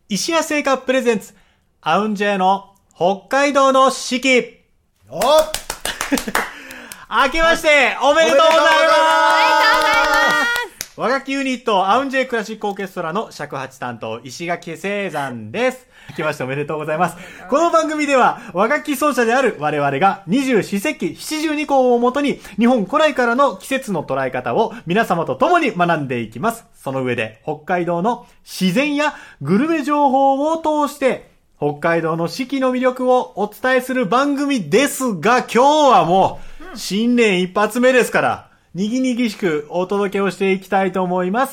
石屋製菓プレゼンツアウンジェの北海道の四季。 お明けましておめでとうございます。和楽器ユニットアウンジェクラシックオーケストラの尺八担当石垣聖山です。明けましておめでとうございます。この番組では和楽器奏者である我々が二十四節気七十二候をもとに日本古来からの季節の捉え方を皆様と共に学んでいきます。その上で北海道の自然やグルメ情報を通して北海道の四季の魅力をお伝えする番組ですが、今日はもう新年一発目ですからにぎにぎしくお届けをしていきたいと思います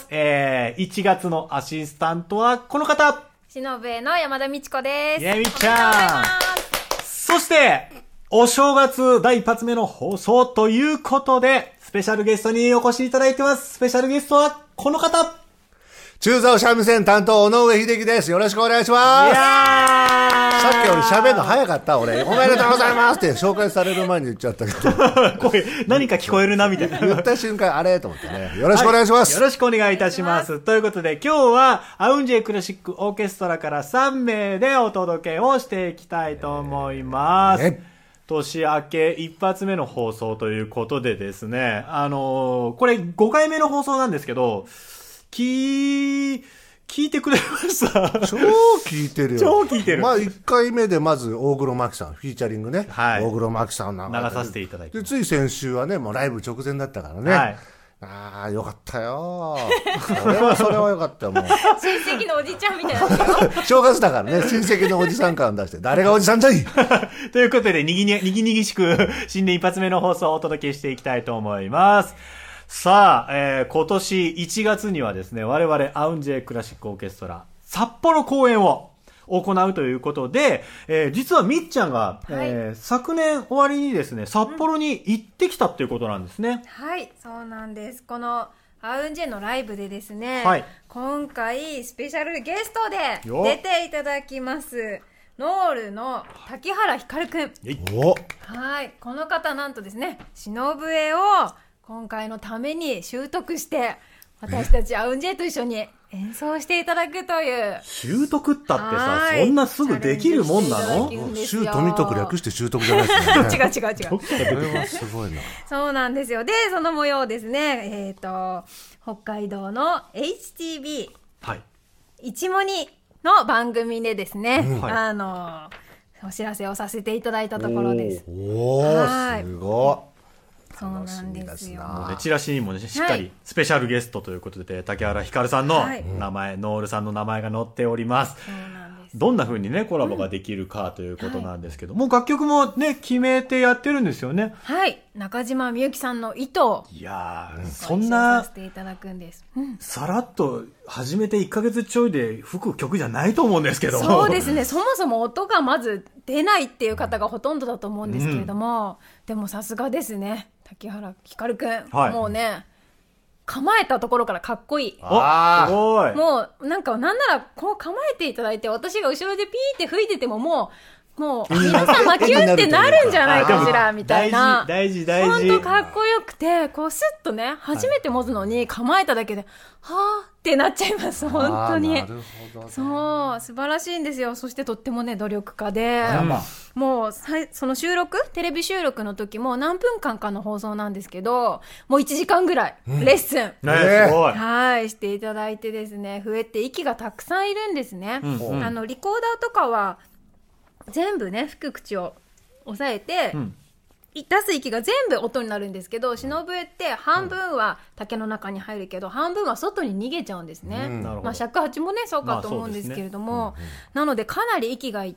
。1月のアシスタントはこの方、 しのぶえの山田美智子です。 みちゃん。そしてお正月第一発目の放送ということでスペシャルゲストにお越しいただいてます。スペシャルゲストはこの方、 中座三味線担当尾上秀樹です。よろしくお願いします。さっき俺喋るの早かった。俺おめでとうございますって紹介される前に言っちゃったけど声何か聞こえるなみたいな言った瞬間あれと思ってね。よろしくお願いします、 はい、よろしくお願いいたします。ということで今日はアウンジェクラシックオーケストラから3名でお届けをしていきたいと思います。年明け一発目の放送ということでですね、これ5回目の放送なんですけど、聞いてくれました？ 超聞いてるよ。 超聞いてる。 まあ1回目でまず大黒摩季さんフィーチャリングね、 はい、 大黒摩季さん流させていただいて、 でつい先週はねもうライブ直前だったからね、はい、ああよかったよそれはよかったよ。もう親戚のおじちゃんみたいな正月だからね、親戚のおじさん感出して誰がおじさんじゃいということでにぎにぎしく新年一発目の放送をお届けしていきたいと思います。さあ、今年1月にはですね、我々アウンジェクラシックオーケストラ札幌公演を行うということで、実はみっちゃんが、はい、昨年終わりにですね札幌に行ってきたっていうことなんですね。 はい、そうなんです。このアウンジェのライブでですね、 はい、 今回スペシャルゲストで出ていただきますノールの滝原ひかるくん。はい、この方なんとですね篠笛を今回のために習得して私たちアウンジェと一緒に演奏していただくという。 習得ったってさ、そんなすぐできるもんなの？ 習富徳略して習得じゃないですね違うそれはすごいな。 そうなんですよ。でその模様をですね、北海道の HTB、はい、一モニの番組でですね、お知らせをさせていただいたところです。 おー、すごい。 そうなんですよ。 もうね、チラシにもねしっかりスペシャルゲストということで、竹原ひかるさんの名前、ノールさんの名前が載っております。 そうなんです。 どんな風にねコラボができるかということなんですけど、もう楽曲もね決めてやってるんですよね。 はい、中島みゆきさんの糸。 いやー、そんなさせていただくんです。 さらっと始めて1ヶ月ちょいで吹く曲じゃないと思うんですけど。 そうですね。そもそも音がまず出ないっていう方がほとんどだと思うんですけれども、でもさすがですね。滝原ひかるくん、はい、もうね構えたところからかっこいい。 すごい。 もうなんならこう構えていただいて私が後ろでピーって吹いててももう皆さん魔球ってなるんじゃないかしらみたいな。 大事本当かっこよくてこうスッとね初めて持つのに構えただけで、はーってなっちゃいます。本当に。 なるほどね。 そう素晴らしいんですよ。そしてとってもね努力家で、もうそのテレビ収録の時も何分間かの放送なんですけどもう1時間ぐらいレッスン、 すごい、 はいしていただいてですね、笛って息がたくさんいるんですね。リコーダーとかは全部ね吹く口を押さえて、出す息が全部音になるんですけど、篠笛って半分は竹の中に入るけど、半分は外に逃げちゃうんですね。尺八もねそうかと思うんですけれども、なのでかなり息がいって、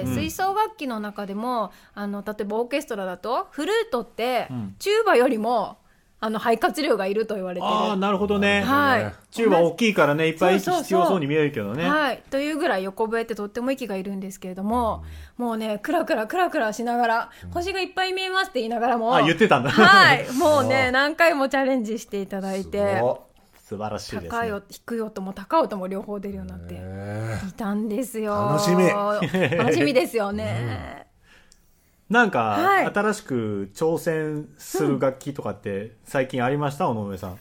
吹奏楽器の中でも例えばオーケストラだとフルートって、チューバよりも肺活量がいると言われてる。 ああ、なるほどね。 はい。 チューバ大きいからね、いっぱい息必要そうに見えるけどね。 はい。というぐらい横笛ってとっても息がいるんですけれども、もうね、クラクラしながら、星がいっぱい見えますって言いながらも。 言ってたんだ。 はい。もうね、何回もチャレンジしていただいて。 素晴らしいですね。 高い音、低い音も高い音も両方出るようになっていたんですよ。 楽しみですよね。 なんか、新しく挑戦する楽器とかって最近ありました？尾上さん。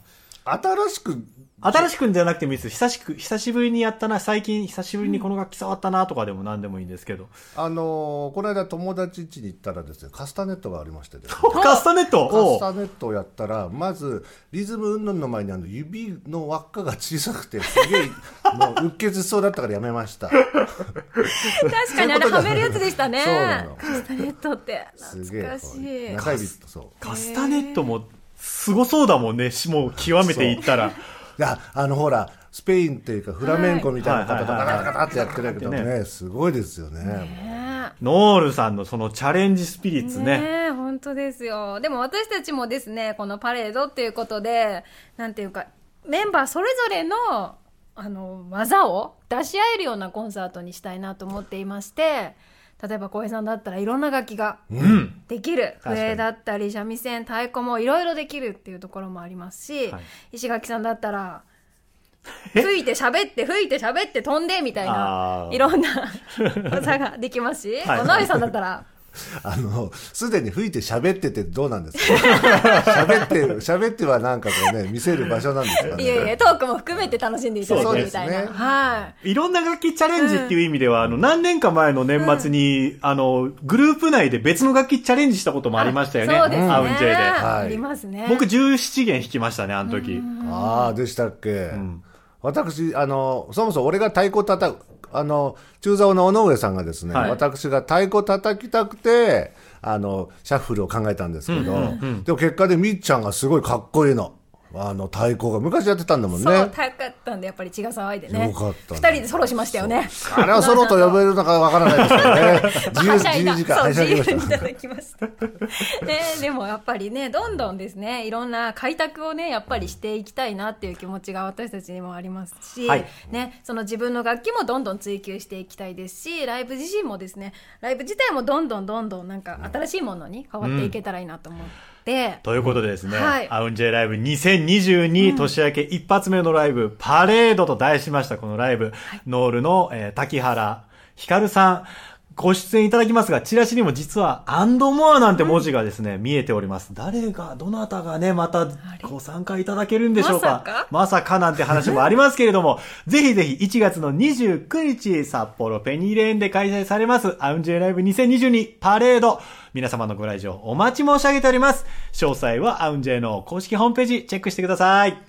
新しくんじゃなくてもいいです。久しぶりにやったな、最近久しぶりにこの楽器触ったなとかでも何でもいいんですけど。 この間友達家に行ったらですね、カスタネットがありましてですね。 カスタネットをやったら、まずリズム云々の前に指の輪っかが小さくてすげえもううっ血しそうだったからやめました。 確かにあれはめるやつでしたね。 そうなの。 カスタネットって懐かしい。 中指とそう。 カスタネットもすごそうだもんね。もう極めていったら。 いやほらスペインっていうかフラメンコみたいな方とガタガタってやってるけどね、すごいですよね。 ノールさんのそのチャレンジスピリッツね。 本当ですよ。でも私たちもですね、このパレードっていうことで、なんていうかメンバーそれぞれの技を出し合えるようなコンサートにしたいなと思っていまして、例えば浩平さんだったらいろんな楽器ができる、笛だったり三味線、太鼓もいろいろできるっていうところもありますし、石垣さんだったら吹いて喋って吹いて喋って飛んでみたいないろんな技ができますし、野上さんだったらすでに吹いて喋っててどうなんですか？喋ってはなんかこうね、見せる場所なんですかね。 いやいや、トークも含めて楽しんでいただけるみたいな。はい。 いろんな楽器チャレンジっていう意味では、何年か前の年末に、グループ内で別の楽器チャレンジしたこともありましたよね。 そうですね。 アウンジェイで。 ありますね。 僕17弦弾きましたね、あの時。 でしたっけ。私、そもそも俺が太鼓叩く、中座の尾上さんがですね、私が太鼓叩きたくて、シャッフルを考えたんですけど、でも結果でみっちゃんがすごいかっこいいの。太鼓が昔やってたんだもんね。 そう、高かったんで、やっぱり血が騒いでね。 よかった。 二人でソロしましたよね。 あれはソロと呼べるのかわからないですけどね。自由時間、 自由にいただきました。でもやっぱりね、どんどんですね、いろんな開拓をね、やっぱりしていきたいなっていう気持ちが私たちにもありますし、ね、その自分の楽器もどんどん追求していきたいですし、ライブ自身もですね、ライブ自体もどんどんなんか新しいものに変わっていけたらいいなと思って。 ということでですね、アウンジェイライブ2022、年明け一発目のライブ、パレードと題しましたこのライブ、ノールの、滝原ひかるさん、ご出演いただきますが、チラシにも実はアンドモアなんて文字がですね、見えております。誰が、どなたがね、またご参加いただけるんでしょうか。まさかなんて話もありますけれども、ぜひぜひ1月の29日、札幌ペニーレーンで開催されます、アウンジェイライブ2022パレード。皆様のご来場お待ち申し上げております。詳細はアウンジェイの公式ホームページチェックしてください。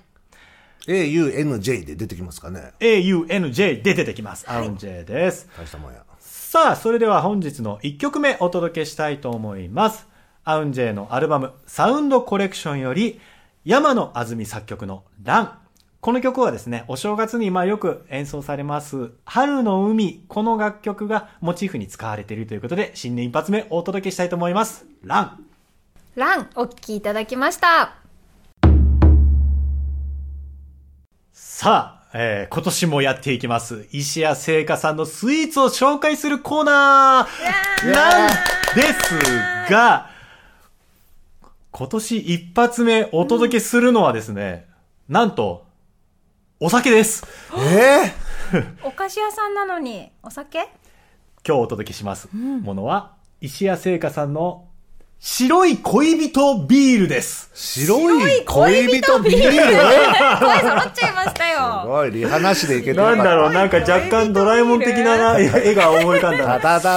AUNJ で出てきますかね。 AUNJ で出てきます。アウンジェイです。 大したもんや。 さあ、それでは本日の1曲目お届けしたいと思います。アウンジェイのアルバムサウンドコレクションより山野あずみ作曲のラン。この曲はですね、お正月によく演奏されます春の海、この楽曲がモチーフに使われているということで、新年一発目お届けしたいと思います。ランお聴きいただきました。 さあ、今年もやっていきます石谷製菓さんのスイーツを紹介するコーナーなんですが、今年一発目お届けするのはですね、なんとお酒です。 お菓子屋さんなのにお酒？ 今日お届けしますものは、石谷製菓さんの白い恋人ビールです。 白い恋人ビール声揃っちゃいましたよ。 すごい、リハなしでいけてなんだろう、なんか若干ドラえもん的な絵が思い浮かんだ。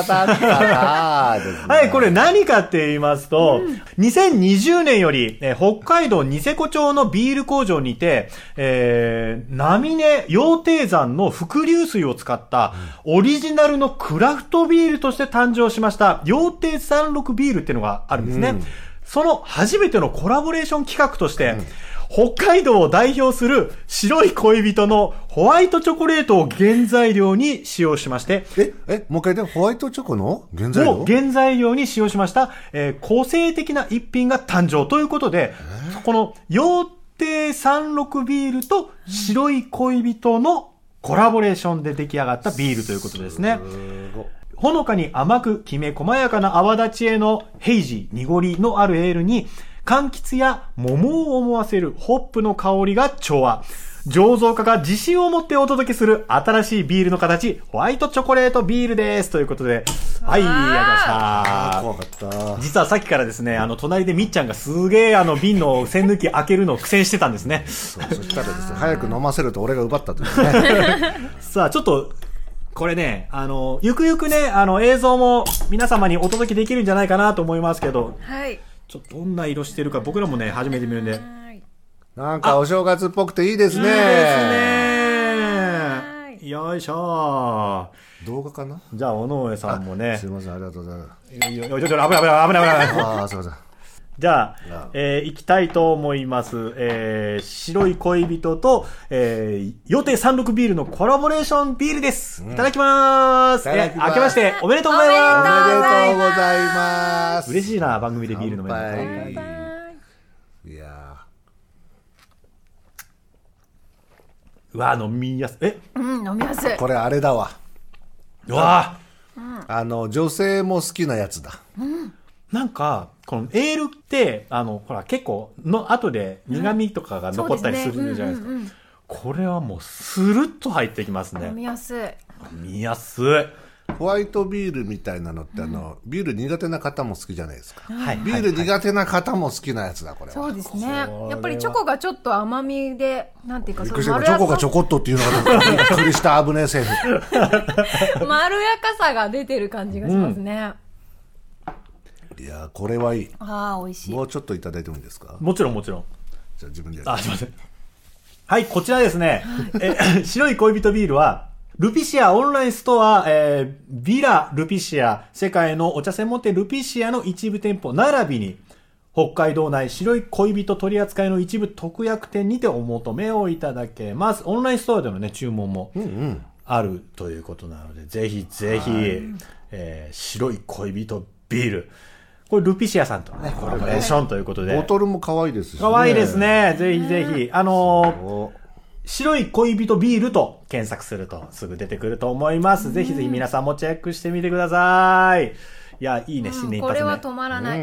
はい、これ何かって言いますと、2020年より、北海道ニセコ町のビール工場にて、波根羊蹄山の伏流水を使ったオリジナルのクラフトビールとして誕生しました羊蹄山麓ビールっていうのがあるんですね。その初めてのコラボレーション企画として、北海道を代表する白い恋人のホワイトチョコレートを原材料に使用しまして、 もう一回でホワイトチョコの原材料を原材料に使用しました、個性的な一品が誕生ということで、この羊蹄山麓ビールと白い恋人のコラボレーションで出来上がったビールということですね。ほのかに甘くきめ細やかな泡立ちへのヘイジー濁りのあるエールに、柑橘や桃を思わせるホップの香りが調和。 醸造家が自信を持ってお届けする新しいビールの形、ホワイトチョコレートビールです。ということで、はい、ありがとうございました。 怖かった。 実はさっきからですね、隣でみっちゃんがすげえ瓶の栓抜き開けるのを苦戦してたんですね。 そしたらですね、早く飲ませると俺が奪ったというね。 さあ、ちょっと、これね、ゆくゆくね、映像も皆様にお届けできるんじゃないかなと思いますけど、 はい。 ちょっとどんな色してるか僕らもね、初めて見るんで。 なんかお正月っぽくていいですね。 いいですね。よいしょ。 動画かな？ じゃあ、尾上さんもね。 すいません、ありがとうございます。 危ない。 ああ、すいません。 じゃあ、行きたいと思います。白い恋人と、予定36ビールのコラボレーションビールです。いただきます。明けましておめでとうございます。 おめでとうございます。 嬉しいな、番組でビール飲めるの。 いやうわ、飲みやすい。 飲みやすい。 これあれだわ。 うわ、 女性も好きなやつだ。 なんか、このエールって、ほら、結構の後で苦味とかが残ったりするじゃないですか。これはもうスルッと入ってきますね。 飲みやすい。 飲みやすい。 ホワイトビールみたいなのってビール苦手な方も好きじゃないですか。 はい。 ビール苦手な方も好きなやつだ、これは。 そうですね。やっぱりチョコがちょっと甘みで、なんていうか、 びっくりした。チョコがちょこっとっていうのがびっくりした。危ねえセーフ。 まろやかさが出てる感じがしますね。 いや、これはいい。 ああ、美味しい。 もうちょっといただいてもいいですか？ もちろんもちろん。 じゃあ自分でやる。 あ、すいません。はい、こちらですね。白い恋人ビールは、ルピシアオンラインストア、ビラルピシア、世界のお茶専門店ルピシアの一部店舗並びに、北海道内白い恋人取扱いの一部特約店にてお求めをいただけます。オンラインストアでのね、注文もあるということなので、ぜひぜひ、白い恋人ビール。これルピシアさんとのね、コラボレーションということで。 ボトルも可愛いですしね。 可愛いですね。ぜひぜひ。白い恋人ビールと検索するとすぐ出てくると思います。ぜひぜひ皆さんもチェックしてみてください。いや、いいね、新年一発目。 これは止まらない。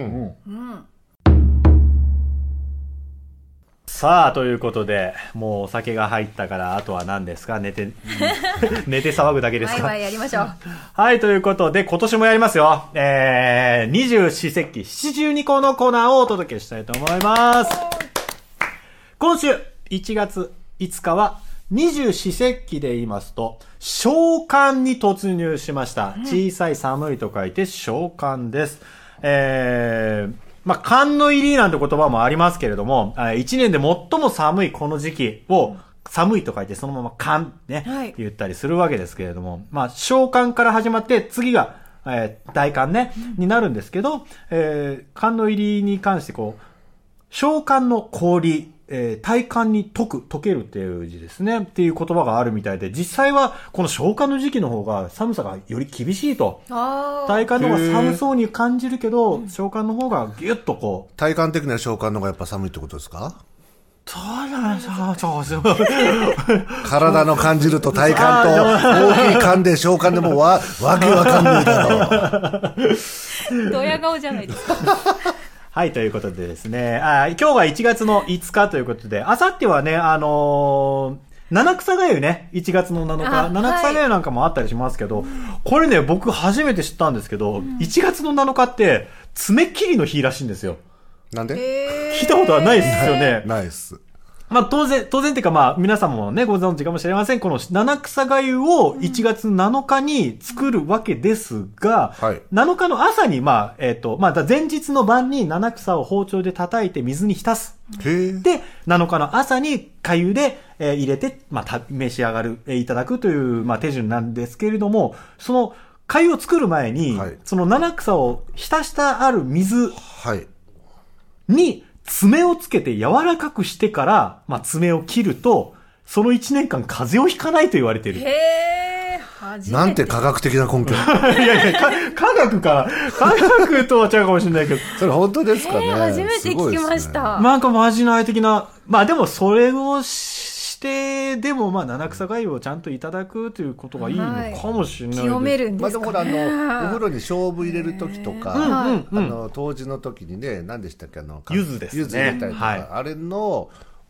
さあ、ということで、もうお酒が入ったから、あとは何ですか？寝て騒ぐだけですか？ ワイワイやりましょう。 はい、ということで、今年もやりますよ。二十四節気七十二候のコーナーをお届けしたいと思います。今週、1月5日は、二十四節気で言いますと、小寒に突入しました。小さい寒いと書いて小寒です。まあ、寒の入りなんて言葉もありますけれども、一年で最も寒いこの時期を、寒いと書いてそのまま寒ね、言ったりするわけですけれども、まあ、小寒から始まって次が、大寒ね、になるんですけど、寒の入りに関してこう、小寒の氷、大寒に溶けるっていう字ですね。っていう言葉があるみたいで、実際はこの小寒の時期の方が寒さがより厳しいと。大寒の方が寒そうに感じるけど、小寒の方がギュッとこう。 体感的には小寒の方がやっぱ寒いってことですか？ そうなんですよ。 体の感じると体感と大きい感で小寒でもわけわかんないだろう。 ドヤ顔じゃないですか。 はい、ということでですね、今日が1月の5日ということで、あさってはね、七草がゆね、1月の7日、七草がゆなんかもあったりしますけど、これね、僕初めて知ったんですけど、1月の7日って、爪切りの日らしいんですよ。 なんで？ 聞いたことはないですよね。 ないっす。 まあ当然っていうかまあ皆さんもねご存知かもしれません。この七草がゆを1月7日に作るわけですが、7日の朝にまあ前日の晩に七草を包丁で叩いて水に浸す。で、7日の朝に粥で、入れてまあ召し上がる、いただくというまあ手順なんですけれども、その粥を作る前に、その七草を浸したある水に爪をつけて柔らかくしてから、まあ、爪を切ると、その1年間風邪をひかないと言われている。 初めて。 なんて科学的な根拠。 いや、科学とは違うかもしれないけど。 それ本当ですかね。 初めて聞きました。 なんかまじない的な、まあでもそれをして、でもまあ七草がゆをちゃんといただくということがいいのかもしれない。 清めるんですかね。 まあでもお風呂に勝負入れる時とか、冬至の時にね、何でしたっけ、柚子ですね。 柚子入れたりとか、あれの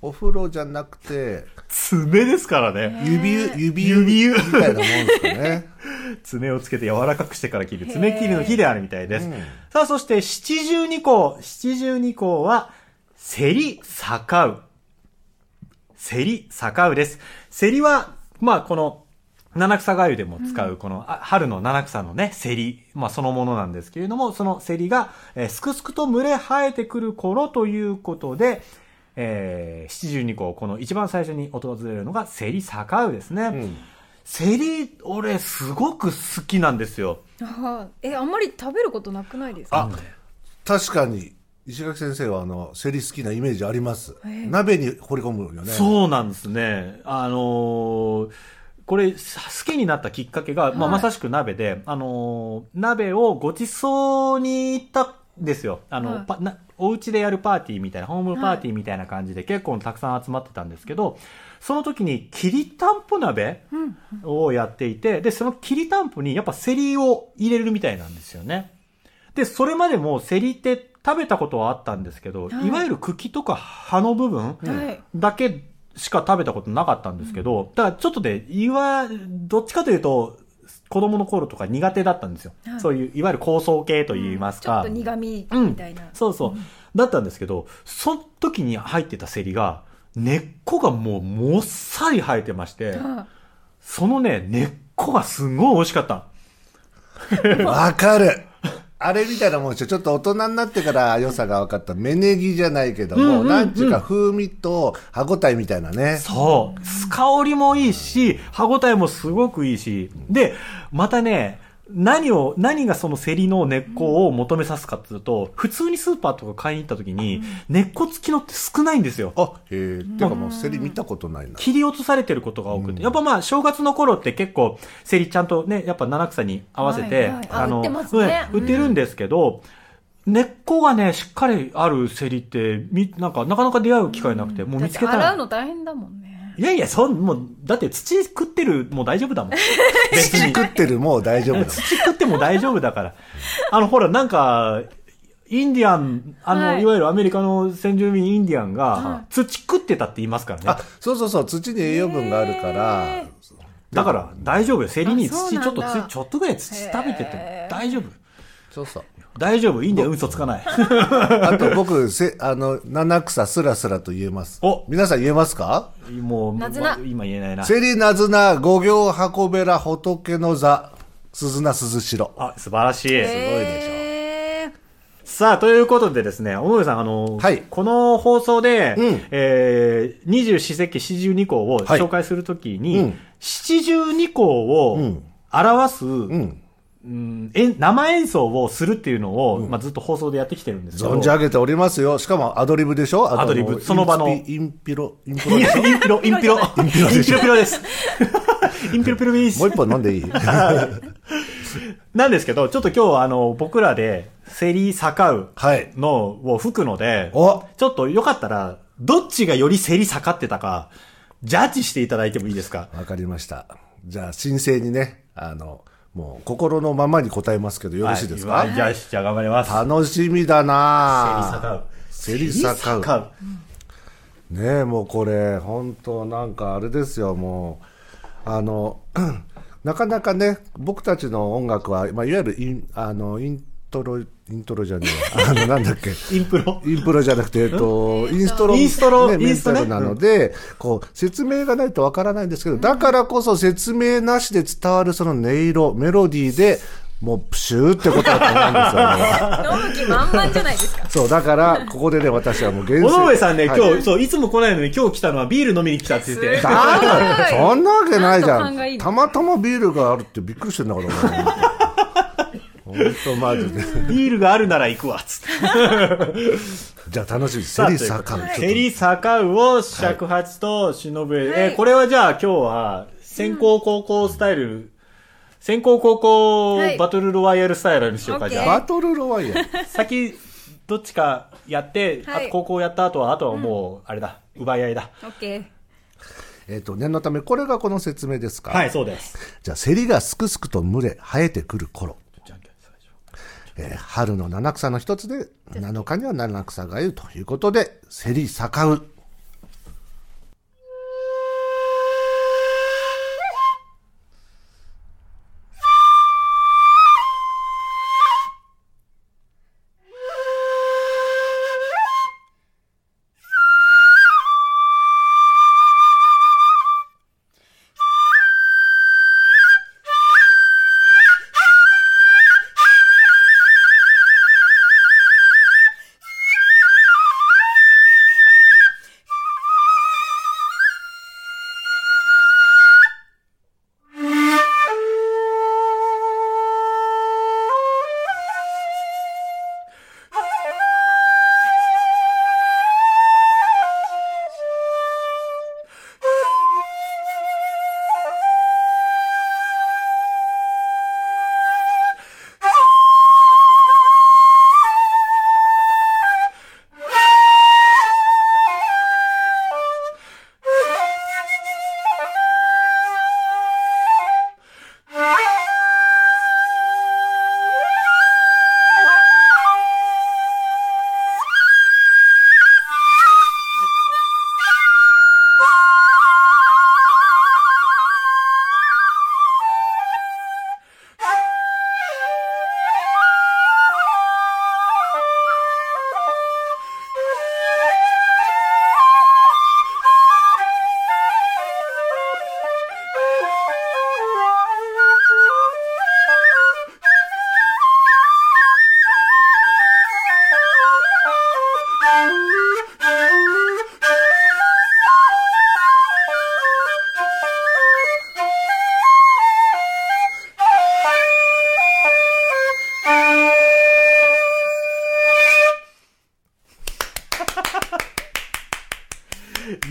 お風呂じゃなくて、 爪ですからね。 指みたいなもんですよね。 爪をつけて柔らかくしてから切る爪切りの日であるみたいです。さあ、そして七十二候。七十二候は、セリ逆う。セリ逆うです。セリは、まあ、この、七草がゆでも使う、この、春の七草のね、セリ、まあ、そのものなんですけれども、そのセリが、すくすくと群れ生えてくる頃ということで、七十二候、この一番最初に訪れるのが、セリ逆うですね。セリ、俺、すごく好きなんですよ。 あんまり食べることなくないですか？ 確かに。石垣先生はセリ好きなイメージあります。鍋に放り込むよね。 そうなんですね。これ好きになったきっかけが、まさしく鍋で、鍋をごちそうに行ったんですよ。お家でやるパーティーみたいな、ホームパーティーみたいな感じで結構たくさん集まってたんですけど、その時にきりたんぽ鍋をやっていて、で、そのきりたんぽにやっぱセリを入れるみたいなんですよね。で、それまでもセリって食べたことはあったんですけど、いわゆる茎とか葉の部分だけしか食べたことなかったんですけど、だからちょっとで、どっちかというと、子供の頃とか苦手だったんですよ。そういう、いわゆる香草系といいますか。 ちょっと苦味みたいな。 そうそう。だったんですけど、その時に入ってたセリが、根っこがもうもっさり生えてまして、そのね、根っこがすごい美味しかった。 わかる。あれみたいなもんでしょ。ちょっと大人になってから良さが分かった芽ネギじゃないけども、なんちゅうか風味と歯ごたえみたいなね。 そう。香りもいいし、歯ごたえもすごくいいし。で、またね、何がそのセリの根っこを求めさすかっていうと、普通にスーパーとか買いに行った時に、根っこ付きのって少ないんですよ。 へえ。てかもうセリ見たことないな。 切り落とされてることが多くて。やっぱまあ、正月の頃って結構、セリちゃんとね、やっぱ七草に合わせて、 売ってますね。 売ってるんですけど、根っこがね、しっかりあるセリって、なかなか出会う機会なくて、もう見つけたら。 洗うの大変だもんね。 いやいや、もう、だって土食ってる、もう大丈夫だもん。 土食ってる、もう大丈夫だもん。 土食っても大丈夫だから。ほら、なんか、インディアン、いわゆるアメリカの先住民インディアンが、土食ってたって言いますからね。 そう、土に栄養分があるから。 だから、大丈夫よ。セリにちょっとぐらい土食べてて大丈夫。 そう。 大丈夫。いいんだよ。嘘つかない。 あと僕、七草スラスラと言えます。皆さん言えますか？ もう、今言えないな。 セリナズナ、五行箱べら、仏の座、鈴名鈴代。 素晴らしい。すごいでしょ。さあ、ということでですね、尾上さん、この放送で、二十四節気四十二候を紹介するときに、七十二候を表す、生演奏をするっていうのを、ずっと放送でやってきてるんですけど。 存じ上げておりますよ。しかもアドリブでしょ？ アドリブ。その場の。 インピロでしょ？ インピロです。インピロピロです。 もう一本飲んでいい？ なんですけど、ちょっと今日僕らで、セリ逆うのを吹くので、ちょっとよかったら、どっちがよりセリ逆ってたか、ジャッジしていただいてもいいですか？ わかりました。じゃあ、神聖にね、もう心のままに答えますけどよろしいですか？ じゃあ頑張ります。 楽しみだなセリ逆う。 ねえ、もうこれ本当なんかあれですよ。もうなかなかね、僕たちの音楽は、いわゆるイントロじゃねえなんだっけインプロじゃなくて、インストロメンタルなので、説明がないとわからないんですけど、だからこそ説明なしで伝わるその音色、メロディーで、もうプシューってことだと思うんですよね。 飲む気満々じゃないですか。 そう、だから、ここでね、私はもう尾上さんね、今日、いつも来ないのに今日来たのはビール飲みに来たって言って。 そんなわけないじゃん。たまたまビールがあるってびっくりしてんだから、本当マジで。 ビールがあるなら行くわ、つって。 じゃあ楽しみ。セリ逆う。 セリ逆うを尺八と忍ぶ。これはじゃあ今日は、先攻後攻スタイル、先攻後攻バトルロワイヤルスタイルにしようか、じゃあ。 バトルロワイヤル先、どっちかやって、あと後攻やった後はもう、あれだ、奪い合いだ。 オッケー。念のため、これがこの説明ですか？ はい、そうです。 じゃあ、セリがすくすくと群れ、生えてくる頃。春の七草の一つで、7日には七草がゆということで、セリ逆う。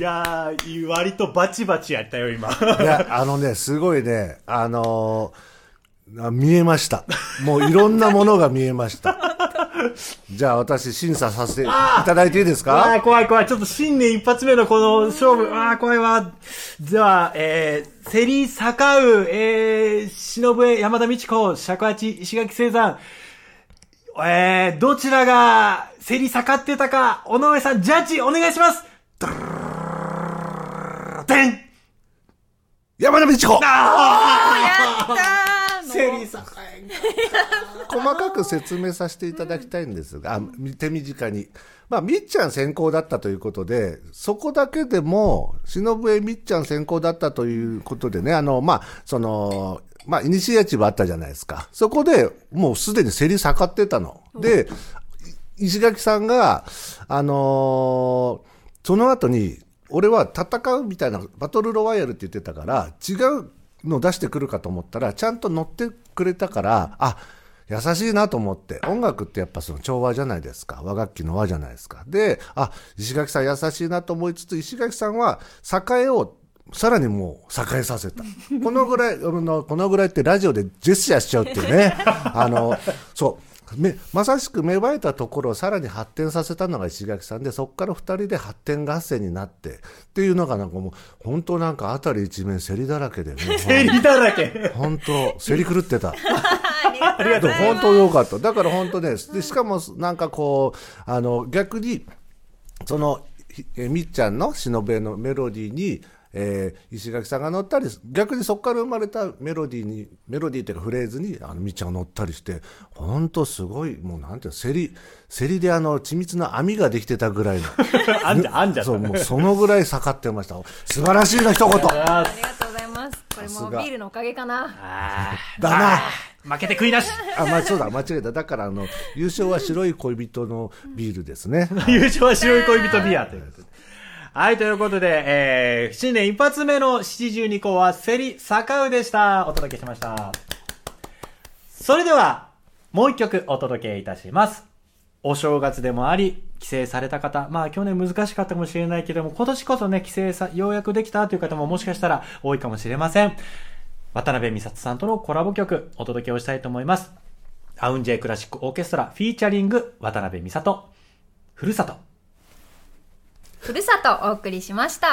やー、割とバチバチやったよ、今。 いや、すごいね、見えました。もういろんなものが見えました。じゃあ私審査させていただいていいですか？ 怖い。ちょっと新年一発目のこの勝負。怖いわ。では、競り盛う、忍笛山田美智子、尺八石垣聖山。どちらが競り盛ってたか、尾上さん、ジャッジお願いします。 山田美智子。 やったー。 競り盛細かく説明させていただきたいんですが、手短に。みっちゃん先行だったということで、そこだけでも、忍笛みっちゃん先行だったということでね、イニシアチブあったじゃないですか。そこでもうすでに競り盛ってたの。で、石垣さんが、その後に、俺は戦うみたいなバトルロワイヤルって言ってたから、違うの出してくるかと思ったら、ちゃんと乗ってくれたから、優しいなと思って、音楽ってやっぱその調和じゃないですか。和楽器の和じゃないですか。で、石垣さん優しいなと思いつつ、石垣さんは栄をさらにもう栄えさせた。このぐらいってラジオでジェスチャーしちゃうっていうね。そう。まさしく芽生えたところをさらに発展させたのが石垣さんで、そこから二人で発展合戦になってっていうのがなんかもう本当なんかあたり一面競りだらけでね。 競りだらけ。 本当競り狂ってた。 ありがとうございます。 本当良かった。だから本当ね、でしかもなんかこう逆にそのみっちゃんの忍笛のメロディーに。石垣さんが乗ったり、逆にそこから生まれたメロディーっていうかフレーズにみっちゃんが乗ったりして、本当すごい、もうなんていうの、競りで緻密な網ができてたぐらいのあんじゃそう、もうそのぐらい盛ってました。素晴らしいな一言。 ありがとうございます。これもビールのおかげかな。 だな。 負けて食いなし。 そうだ、間違えた。だから優勝は白い恋人のビールですね。 優勝は白い恋人ビアということで。はい、ということで、新年一発目の72校は競り盛うでした。お届けしました。それでは、もう一曲お届けいたします。お正月でもあり、帰省された方、去年難しかったかもしれないけども、今年こそね、帰省ようやくできたという方ももしかしたら多いかもしれません。渡辺美里さんとのコラボ曲、お届けをしたいと思います。アウンジェイクラシックオーケストラ、フィーチャリング、渡辺美里、ふるさと。 ふるさとお送りしました。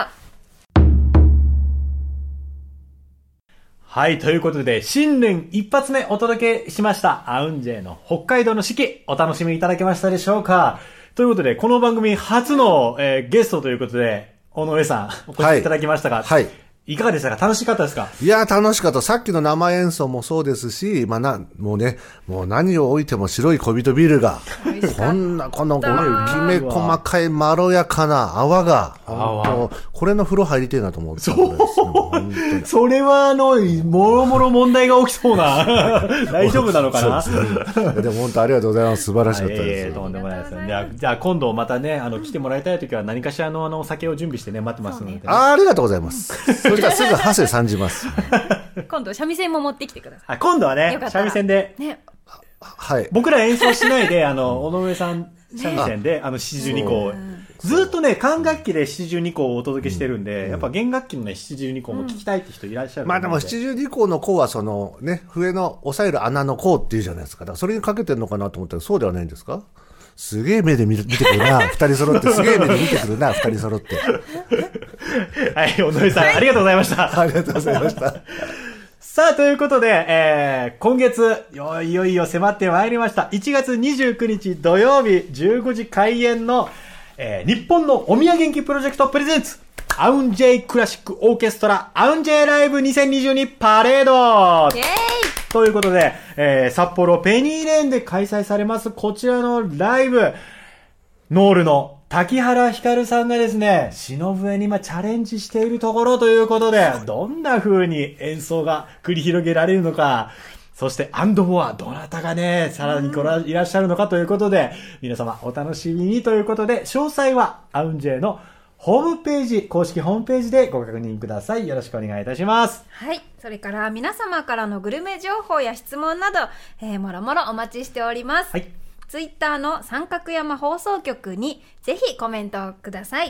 はい、ということで、新年一発目お届けしました。アウンジェの北海道の四季、お楽しみいただけましたでしょうか。ということで、この番組初の、ゲストということで、尾上さん、お越しいただきましたが、 はい。 いかがでしたか？楽しかったですか？ いや、楽しかった。さっきの生演奏もそうですし、もう何を置いても白い小人ビールが、このきめ細かいまろやかな泡が、これの風呂入りてえなと思って。 それはもろもろ問題が起きそうな。大丈夫なのかな？ でも本当ありがとうございます。素晴らしかったです。 とんでもないですね。じゃあ今度またね、来てもらいたいときは何かしらのお酒を準備してね、待ってますので、ね。 ありがとうございます。そしたらすぐハセ参じます。 今度三味線も持ってきてください。 今度はね、三味線で。ね。 はい。 僕ら演奏しないで、尾上さん三味線で、72個を。ずっとね、管楽器で72個をお届けしてるんで、やっぱ弦楽器のね、72個も聞きたいって人いらっしゃる。 でも72個の項は笛の押さえる穴の項っていうじゃないですか。だからそれにかけてるのかなと思ったらそうではないんですか？すげえ目で見てくるな、二人揃って。すげえ目で見てくるな、二人揃って。 はい、尾上さん、ありがとうございました。 ありがとうございました。 さあ、ということで、今月、いよいよ迫ってまいりました。1月29日土曜日15時開演の、日本のお土産元気プロジェクトプレゼンツ、アウンジェイクラシックオーケストラ、アウンジェイライブ2022パレードということで、札幌ペニーレーンで開催されますこちらのライブ、ノールの滝原ひかるさんがですね、篠笛に今チャレンジしているところということで、どんな風に演奏が繰り広げられるのか、そしてアンドフォア、どなたがね、さらにいらっしゃるのかということで、皆様お楽しみにということで、詳細はアウンジェのホームページ、公式ホームページでご確認ください。よろしくお願いいたします。 はい。それから皆様からのグルメ情報や質問など、もろもろお待ちしております。 はい。 ツイッターの三角山放送局にぜひコメントをください。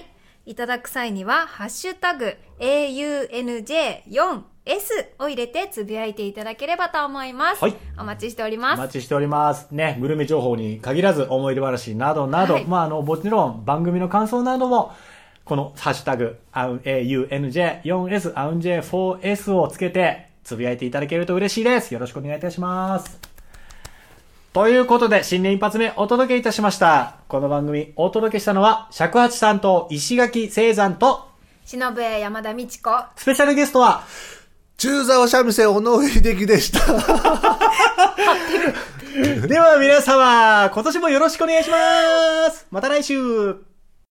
いただく際には、ハッシュタグ、AUNJ4S を入れてつぶやいていただければと思います。はい。お待ちしております。 お待ちしております。ね、グルメ情報に限らず、思い出話などなど、はい、もちろん番組の感想なども、このハッシュタグ、AUNJ4S、AUNJ4S をつけて、つぶやいていただけると嬉しいです。よろしくお願いいたします。ということで、新年一発目お届けいたしました。この番組お届けしたのは、尺八担当石垣聖山と、 篠笛山田美智子。 スペシャルゲストは、 中沢三味線尾上秀樹でした。 では皆様、今年もよろしくお願いします。また来週。